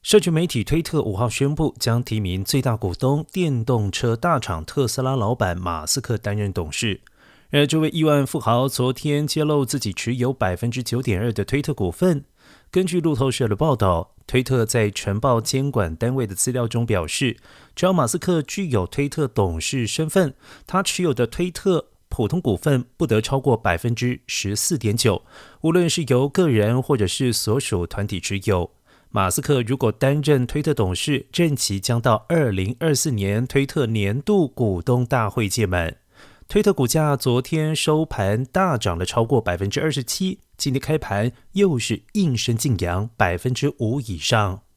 社群媒体推特5号宣布，将提名最大股东电动车大厂特斯拉老板马斯克担任董事。而这位亿万富豪昨天揭露自己持有 9.2% 的推特股份。根据路透社的报道，推特在呈报监管单位的资料中表示，只要马斯克具有推特董事身份，他持有的推特普通股份不得超过 14.9%， 无论是由个人或者是所属团体持有。马斯克如果担任推特董事，任期将到2024年推特年度股东大会届满。推特股价昨天收盘大涨了超过 27%， 今天开盘又是应声劲扬 5% 以上。